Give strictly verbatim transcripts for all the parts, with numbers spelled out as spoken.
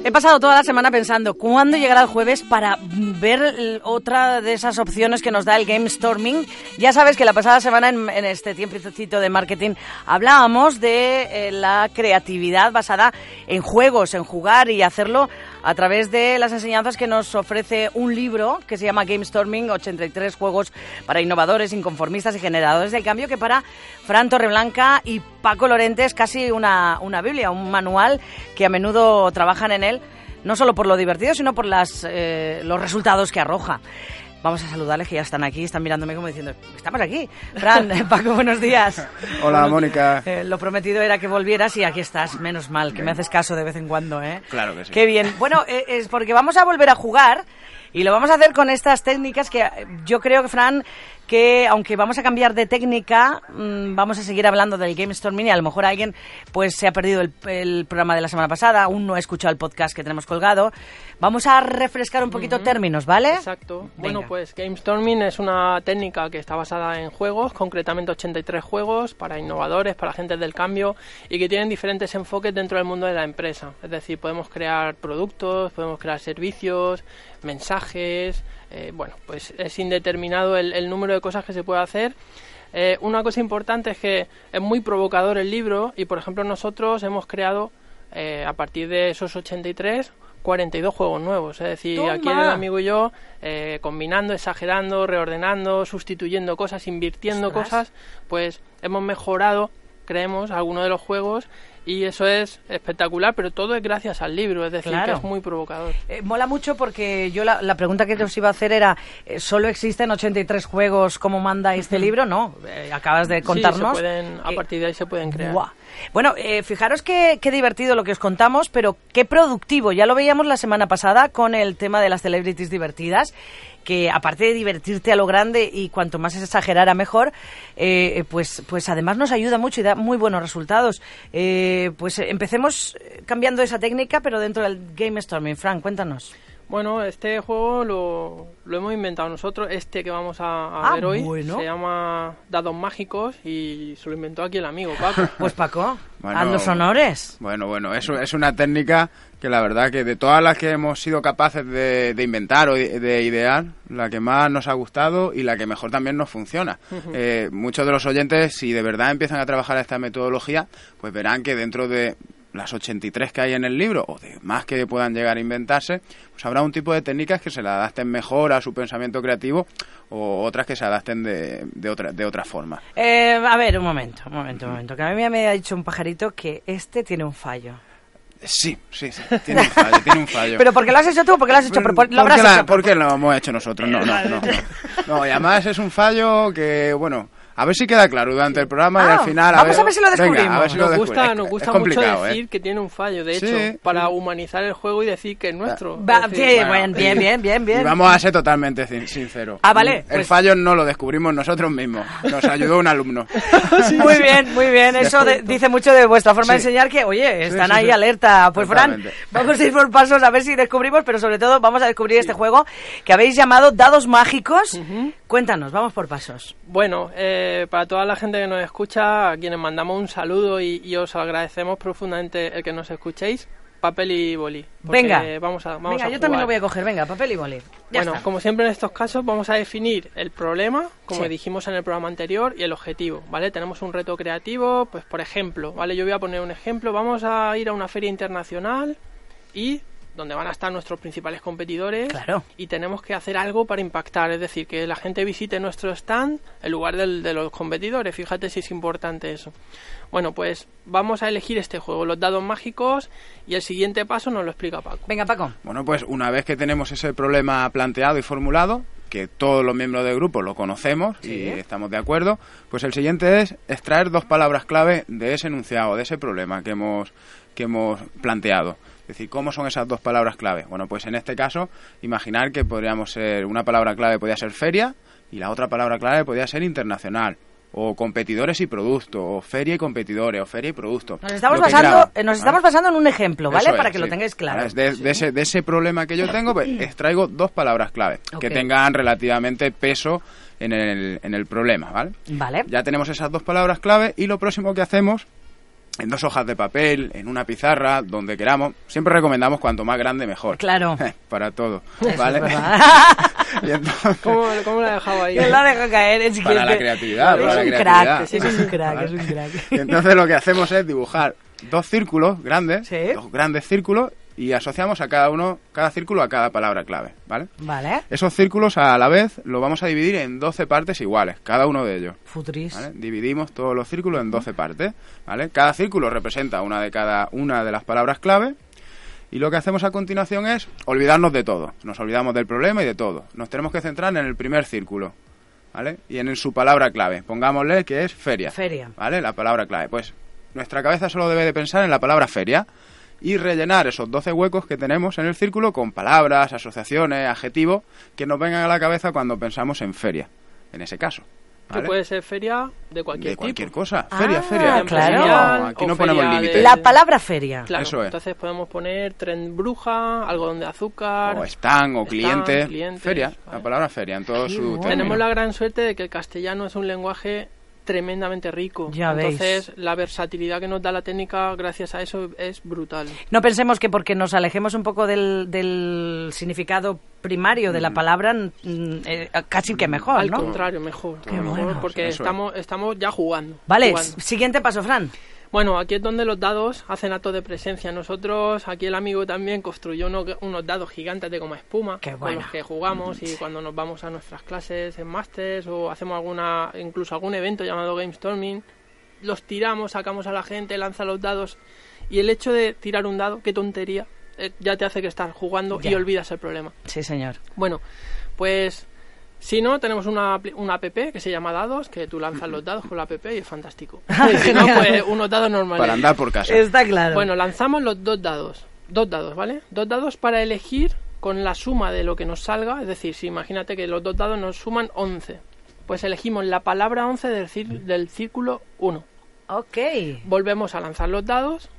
He pasado toda la semana pensando cuándo llegará el jueves para ver otra de esas opciones que nos da el Gamestorming. Ya sabes que la pasada semana en, en este tiempecito de marketing hablábamos de eh, la creatividad basada en juegos, en jugar y hacerlo a través de las enseñanzas que nos ofrece un libro que se llama Gamestorming, ochenta y tres juegos para innovadores, inconformistas y generadores del cambio, que para Fran Torreblanca y Paco Lorente es casi una, una biblia, un manual que a menudo trabajan en él, no solo por lo divertido, sino por las, eh, los resultados que arroja. Vamos a saludarles, que ya están aquí, están mirándome como diciendo, estamos aquí. Fran, Paco, buenos días. Hola, Mónica. Eh, lo prometido era que volvieras y aquí estás, menos mal, que Bien. Me haces caso de vez en cuando, ¿eh? Claro que sí. Qué bien. Bueno, eh, es porque vamos a volver a jugar y lo vamos a hacer con estas técnicas que yo creo que, Fran, que aunque vamos a cambiar de técnica, mmm, vamos a seguir hablando del Gamestorming y a lo mejor alguien pues se ha perdido el, el programa de la semana pasada, aún no ha escuchado el podcast que tenemos colgado. Vamos a refrescar un poquito uh-huh. términos, ¿vale? Exacto. Venga. Bueno, pues Gamestorming es una técnica que está basada en juegos, concretamente ochenta y tres juegos para innovadores, para agentes del cambio y que tienen diferentes enfoques dentro del mundo de la empresa. Es decir, podemos crear productos, podemos crear servicios, mensajes. Eh, bueno, pues es indeterminado el, el número de cosas que se puede hacer. Eh, una cosa importante es que es muy provocador el libro y, por ejemplo, nosotros hemos creado, eh, a partir de esos ochenta y tres, cuarenta y dos juegos nuevos. Es decir, ¡Toma! Aquí el amigo y yo, eh, combinando, exagerando, reordenando, sustituyendo cosas, invirtiendo ¡Ostras! Cosas, pues hemos mejorado, creemos, algunos de los juegos. Y eso es espectacular, pero todo es gracias al libro, es decir, claro. que es muy provocador. Eh, mola mucho porque yo la, la pregunta que os iba a hacer era, eh, ¿solo existen ochenta y tres juegos como manda este libro? No, eh, acabas de contarnos. Sí, se pueden, a partir de ahí se pueden crear. Buah. Bueno, eh, fijaros qué, qué divertido lo que os contamos, pero qué productivo. Ya lo veíamos la semana pasada con el tema de las celebrities divertidas, que aparte de divertirte a lo grande y cuanto más exagerara mejor, eh, pues, pues además nos ayuda mucho y da muy buenos resultados. Eh, pues empecemos cambiando esa técnica, pero dentro del Gamestorming. Fran, cuéntanos. Bueno, este juego lo, lo hemos inventado nosotros. Este que vamos a, a ah, ver hoy bueno. se llama Dados Mágicos y se lo inventó aquí el amigo Paco. Pues Paco, bueno, haz los honores. Bueno, bueno, eso es una técnica que la verdad que de todas las que hemos sido capaces de, de inventar o de, de idear, la que más nos ha gustado y la que mejor también nos funciona. Uh-huh. Eh, muchos de los oyentes, si de verdad empiezan a trabajar esta metodología, pues verán que dentro de las ochenta y tres que hay en el libro, o de más que puedan llegar a inventarse, pues habrá un tipo de técnicas que se le adapten mejor a su pensamiento creativo o otras que se adapten de, de otra de otra forma. Eh, a ver, un momento, un momento, un momento, que a mí me ha dicho un pajarito que este tiene un fallo. Sí, sí, sí, tiene un fallo, tiene un fallo. ¿Pero por qué lo has hecho tú o por qué lo has hecho? ¿Lo ¿Por, habrás qué la, hecho? ¿Por qué lo hemos hecho nosotros? No, no, no. No, no y además es un fallo que, bueno, a ver si queda claro durante el programa ah, y al final... A vamos ver, a ver si lo descubrimos. Venga, a ver si nos lo gusta, es, nos gusta es mucho decir ¿eh? que tiene un fallo, de sí. hecho, para humanizar el juego y decir que es nuestro. Va, es decir, sí, bueno, bueno, bien, bien, bien, bien. Y vamos a ser totalmente sinceros. Ah, vale. El pues... fallo no lo descubrimos nosotros mismos, nos ayudó un alumno. Sí, muy bien, muy bien. Eso de, dice mucho de vuestra forma sí. de enseñar que, oye, están sí, sí, ahí sí. alerta. Pues Fran, vamos a ir por pasos a ver si descubrimos, pero sobre todo vamos a descubrir sí. este juego que habéis llamado Dados Mágicos. Uh-huh. Cuéntanos, vamos por pasos. Bueno, eh, para toda la gente que nos escucha, a quienes mandamos un saludo y, y os agradecemos profundamente el que nos escuchéis, papel y boli. Venga, vamos a, vamos venga a yo jugar. también lo voy a coger, venga, papel y boli. Ya bueno, está. Como siempre en estos casos vamos a definir el problema, como sí. dijimos en el programa anterior, y el objetivo, ¿vale? Tenemos un reto creativo, pues por ejemplo, ¿vale? Yo voy a poner un ejemplo, vamos a ir a una feria internacional y... donde van a estar nuestros principales competidores claro. y tenemos que hacer algo para impactar, es decir, que la gente visite nuestro stand en lugar del, de los competidores, fíjate si es importante eso. Bueno, pues vamos a elegir este juego, los dados mágicos, y el siguiente paso nos lo explica Paco. Venga, Paco. Bueno, pues una vez que tenemos ese problema planteado y formulado, que todos los miembros del grupo lo conocemos sí. y estamos de acuerdo, pues el siguiente es extraer dos palabras clave de ese enunciado, de ese problema que hemos, que hemos planteado. Es decir, ¿cómo son esas dos palabras clave? Bueno, pues en este caso, imaginar que podríamos ser, una palabra clave podría ser feria y la otra palabra clave podría ser internacional, o competidores y producto, o feria y competidores, o feria y producto. Nos estamos basando, nos estamos basando en un ejemplo, ¿vale? Es, Para que sí. lo tengáis claro. De, sí. de, ese, de ese problema que yo tengo, pues extraigo dos palabras clave okay. que tengan relativamente peso en el, en el problema, ¿vale? Vale. Ya tenemos esas dos palabras clave y lo próximo que hacemos en dos hojas de papel, en una pizarra, donde queramos. Siempre recomendamos cuanto más grande mejor. Claro. Para todo, ¿vale? Y entonces, ¿Cómo, ¿Cómo la he dejado ahí? ¿Quién la deja caer? Es para que la creatividad, es para la un creatividad. crack, sí, es un crack, ¿vale? Es un crack. Y entonces lo que hacemos es dibujar dos círculos grandes, ¿Sí? dos grandes círculos, y asociamos a cada uno, cada círculo a cada palabra clave, ¿vale? Vale. Esos círculos a la vez los vamos a dividir en doce partes iguales, cada uno de ellos. Futris. ¿Vale? Dividimos todos los círculos en doce partes, ¿vale? Cada círculo representa una de cada una de las palabras clave, y lo que hacemos a continuación es olvidarnos de todo. Nos olvidamos del problema y de todo. Nos tenemos que centrar en el primer círculo, ¿vale? Y en su palabra clave. Pongámosle que es feria. Feria. ¿Vale? La palabra clave. Pues nuestra cabeza solo debe de pensar en la palabra feria y rellenar esos doce huecos que tenemos en el círculo con palabras, asociaciones, adjetivos que nos vengan a la cabeza cuando pensamos en feria, en ese caso. ¿Vale? Que puede ser feria de cualquier De cualquier tipo. cosa. Feria, Ah, feria. claro. No, aquí no O ponemos feria límites. de- La palabra feria. Claro, Eso es. entonces podemos poner tren bruja, algodón de azúcar. O stand, o stand, cliente. clientes, Feria, ¿vale? la palabra feria en todo Qué su bueno. término. Tenemos la gran suerte de que el castellano es un lenguaje tremendamente rico. Ya veis. Entonces, la versatilidad que nos da la técnica gracias a eso es brutal. No pensemos que porque nos alejemos un poco del, del significado primario de la palabra, mm, eh, casi que mejor, Al ¿no? contrario, mejor. Qué mejor, bueno. porque Eso es. estamos, estamos ya jugando. Vale, jugando. s- siguiente paso, Fran. Bueno, aquí es donde los dados hacen acto de presencia. Nosotros, aquí el amigo también construyó uno- unos dados gigantes de goma espuma Qué con bueno. los que jugamos, y cuando nos vamos a nuestras clases en másters o hacemos alguna, incluso algún evento llamado Gamestorming, los tiramos, sacamos a la gente, lanza los dados, y el hecho de tirar un dado, qué tontería, eh, ya te hace que estás jugando Ya. y olvidas el problema. Sí, señor. Bueno, pues si no, tenemos una, apli- una app que se llama Dados, que tú lanzas los dados con la app y es fantástico. Y si no, pues unos dados normales. Para andar por casa. Está claro. Bueno, lanzamos los dos dados. Dos dados, ¿vale? Dos dados para elegir con la suma de lo que nos salga. Es decir, si imagínate que los dos dados nos suman once. Pues elegimos la palabra once del, cir- del círculo uno. Ok. Volvemos a lanzar los dados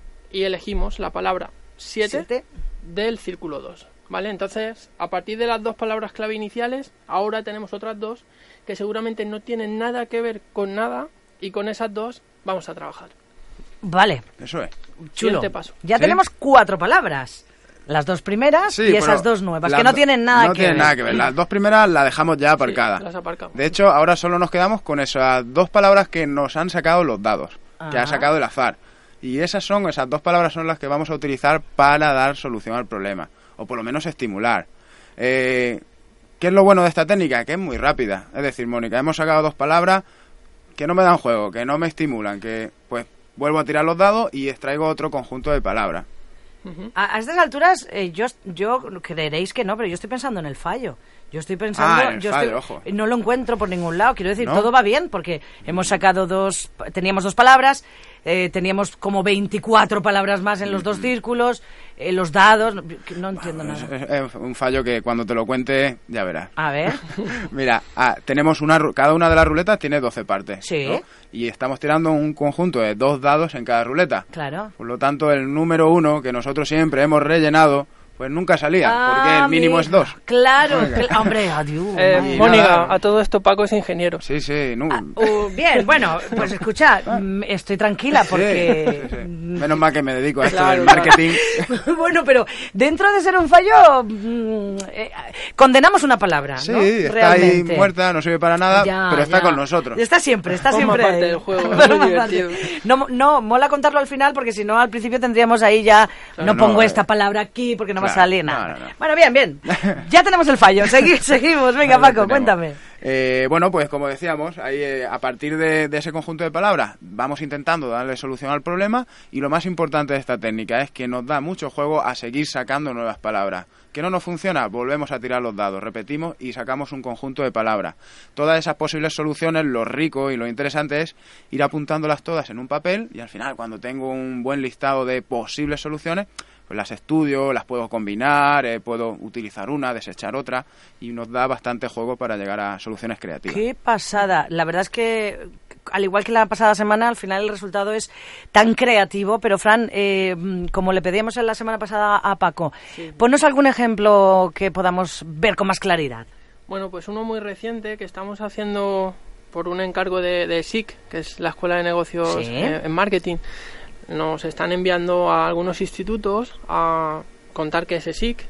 y elegimos la palabra siete Siete. del círculo dos. ¿Vale? Entonces, a partir de las dos palabras clave iniciales, ahora tenemos otras dos que seguramente no tienen nada que ver con nada, y con esas dos vamos a trabajar. Vale, Eso es. chulo. Siguiente paso. Ya ¿Sí? tenemos cuatro palabras. Las dos primeras Sí, y esas pero dos nuevas, las que no do- tienen nada no que tienen ver. nada que ver. Las dos primeras las dejamos ya aparcadas. Sí, las aparcamos. De hecho, ahora solo nos quedamos con esas dos palabras que nos han sacado los dados, que Ah. ha sacado el azar. Y esas son, esas dos palabras son las que vamos a utilizar para dar solución al problema, o por lo menos estimular. Eh, ¿Qué es lo bueno de esta técnica? Que es muy rápida. Es decir, Mónica, hemos sacado dos palabras que no me dan juego, que no me estimulan, que pues vuelvo a tirar los dados y extraigo otro conjunto de palabras. A, a estas alturas, eh, yo, yo creeréis que no, pero yo estoy pensando en el fallo. Yo estoy pensando, Ah, en el yo fallo, estoy- ojo. no lo encuentro por ningún lado. Quiero decir, ¿No? todo va bien porque hemos sacado dos, teníamos dos palabras, eh, teníamos como veinticuatro palabras más en los dos círculos, eh, los dados, no, que no entiendo Es, nada. es- es un fallo que cuando te lo cuente ya verás. A ver, Mira, ah, tenemos una, ru- cada una de las ruletas tiene doce partes. Sí. ¿no? Y estamos tirando un conjunto de dos dados en cada ruleta. claro. Por lo tanto, el número uno, que nosotros siempre hemos rellenado, pues nunca salía, porque Ah, el mínimo mi- es dos. Claro, Venga. cl- hombre, adiós. Eh, madre. Y Mónica, nada. a todo esto Paco es ingeniero. Sí, sí, no. Uh, bien, bueno, pues escucha, mm, estoy tranquila porque... Sí, sí, sí. Menos mal que me dedico a esto Claro, del claro. marketing. Bueno, pero dentro de ser un fallo, mm, eh, condenamos una palabra, Sí, ¿no? está Realmente. ahí muerta, no sirve para nada, Ya, pero está ya. con nosotros. Está siempre, está Forma siempre parte ahí. del juego, es Forma muy parte. divertido. No, no, mola contarlo al final porque si no al principio tendríamos ahí ya, no, no, pongo eh. esta palabra aquí porque no va a Claro, salir no, nada. no, no. Bueno, bien, bien. Ya tenemos el fallo. Segui- seguimos. Venga, Ahí lo Paco, tenemos. cuéntame. Eh, bueno, pues como decíamos, ahí eh, a partir de, de ese conjunto de palabras vamos intentando darle solución al problema, y lo más importante de esta técnica es que nos da mucho juego a seguir sacando nuevas palabras. ¿Que no nos funciona? Volvemos a tirar los dados, repetimos y sacamos un conjunto de palabras. Todas esas posibles soluciones, lo rico y lo interesante es ir apuntándolas todas en un papel, y al final, cuando tengo un buen listado de posibles soluciones, pues las estudio, las puedo combinar, eh, puedo utilizar una, desechar otra, y nos da bastante juego para llegar a soluciones creativas. Qué pasada. La verdad es que, al igual que la pasada semana, al final el resultado es tan creativo. Pero, Fran, eh, como le pedíamos en la semana pasada a Paco, ponnos algún ejemplo que podamos ver con más claridad. Bueno, pues uno muy reciente que estamos haciendo por un encargo de, de S I C, que es la Escuela de Negocios ¿Sí? eh, en Marketing, nos están enviando a algunos institutos a contar qué es S I C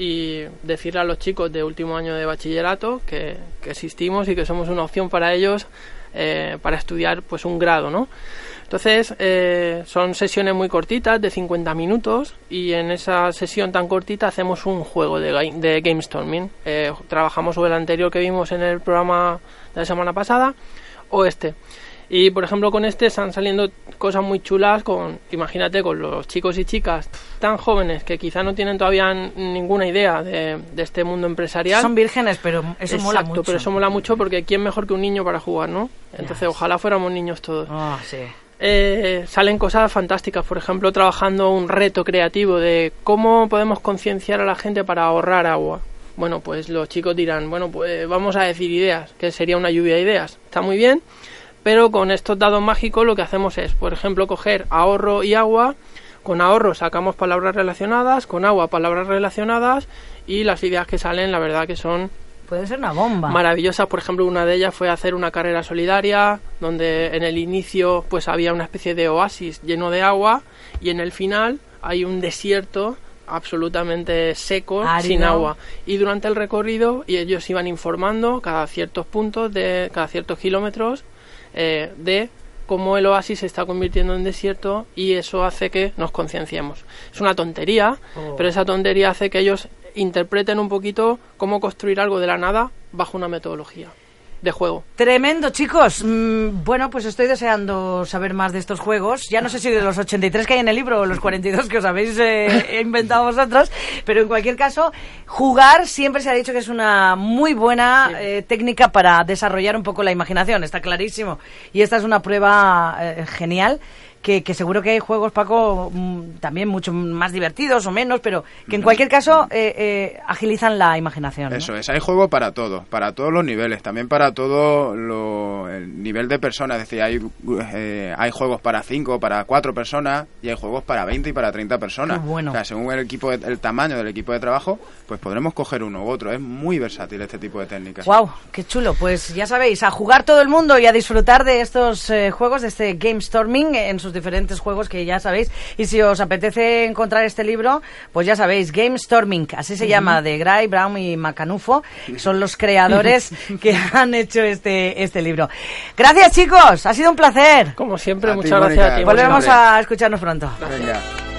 y decirle a los chicos de último año de bachillerato que, que existimos y que somos una opción para ellos eh, para estudiar pues un grado, ¿no? Entonces, eh, son sesiones muy cortitas, de cincuenta minutos, y en esa sesión tan cortita hacemos un juego de, ga- de Gamestorming. Eh, trabajamos sobre el anterior que vimos en el programa de la semana pasada, o este. Y, por ejemplo, con este están saliendo cosas muy chulas, con, imagínate, con los chicos y chicas tan jóvenes que quizá no tienen todavía n- ninguna idea de, de este mundo empresarial. Son vírgenes, pero eso Exacto, mola mucho. pero eso mola mucho porque ¿quién mejor que un niño para jugar, no? Entonces, ojalá fuéramos niños todos. Ah, sí. Eh, salen cosas fantásticas, por ejemplo, trabajando un reto creativo de cómo podemos concienciar a la gente para ahorrar agua. Bueno, pues los chicos dirán, bueno, pues vamos a decir ideas, que sería una lluvia de ideas. Está muy bien, pero con estos dados mágicos lo que hacemos es, por ejemplo, coger ahorro y agua. Con ahorro sacamos palabras relacionadas, con agua palabras relacionadas, y las ideas que salen, la verdad que son Puede ser una bomba. maravillosas. Por ejemplo, una de ellas fue hacer una carrera solidaria donde en el inicio pues había una especie de oasis lleno de agua y en el final hay un desierto absolutamente seco, Árido. sin agua, y durante el recorrido y ellos iban informando cada ciertos puntos de cada ciertos kilómetros eh, de cómo el oasis se está convirtiendo en desierto, y eso hace que nos concienciemos. Es una tontería, Oh. pero esa tontería hace que ellos interpreten un poquito cómo construir algo de la nada bajo una metodología de juego. Tremendo, chicos. Mm, bueno, pues estoy deseando saber más de estos juegos. Ya no sé si de los ochenta y tres que hay en el libro o los cuarenta y dos que os habéis eh, inventado vosotros, pero en cualquier caso, jugar siempre se ha dicho que es una muy buena Sí. eh, técnica para desarrollar un poco la imaginación, está clarísimo. Y esta es una prueba eh, genial. Que, que seguro que hay juegos, Paco, mm, también mucho más divertidos o menos, pero que en cualquier caso eh, eh, agilizan la imaginación, ¿no? Eso es, hay juego para todo, para todos los niveles, también para todo lo, el nivel de personas, es decir, hay, eh, hay juegos para cinco, para cuatro personas, y hay juegos para veinte y para treinta personas. Qué bueno. O sea, según el equipo, de- el tamaño del equipo de trabajo, pues podremos coger uno u otro. Es muy versátil este tipo de técnicas. Wow, qué chulo. Pues ya sabéis, a jugar todo el mundo y a disfrutar de estos eh, juegos, de este Gamestorming en sus diferentes juegos que ya sabéis. Y si os apetece encontrar este libro, pues ya sabéis, Gamestorming, así se llama, de Gray, Brown y Macanufo, son los creadores que han hecho este este libro. Gracias, chicos, ha sido un placer. Como siempre, A ti, muchas Mónica, gracias a ti. Volvemos Volvemos Mónica. a escucharnos pronto. Venga.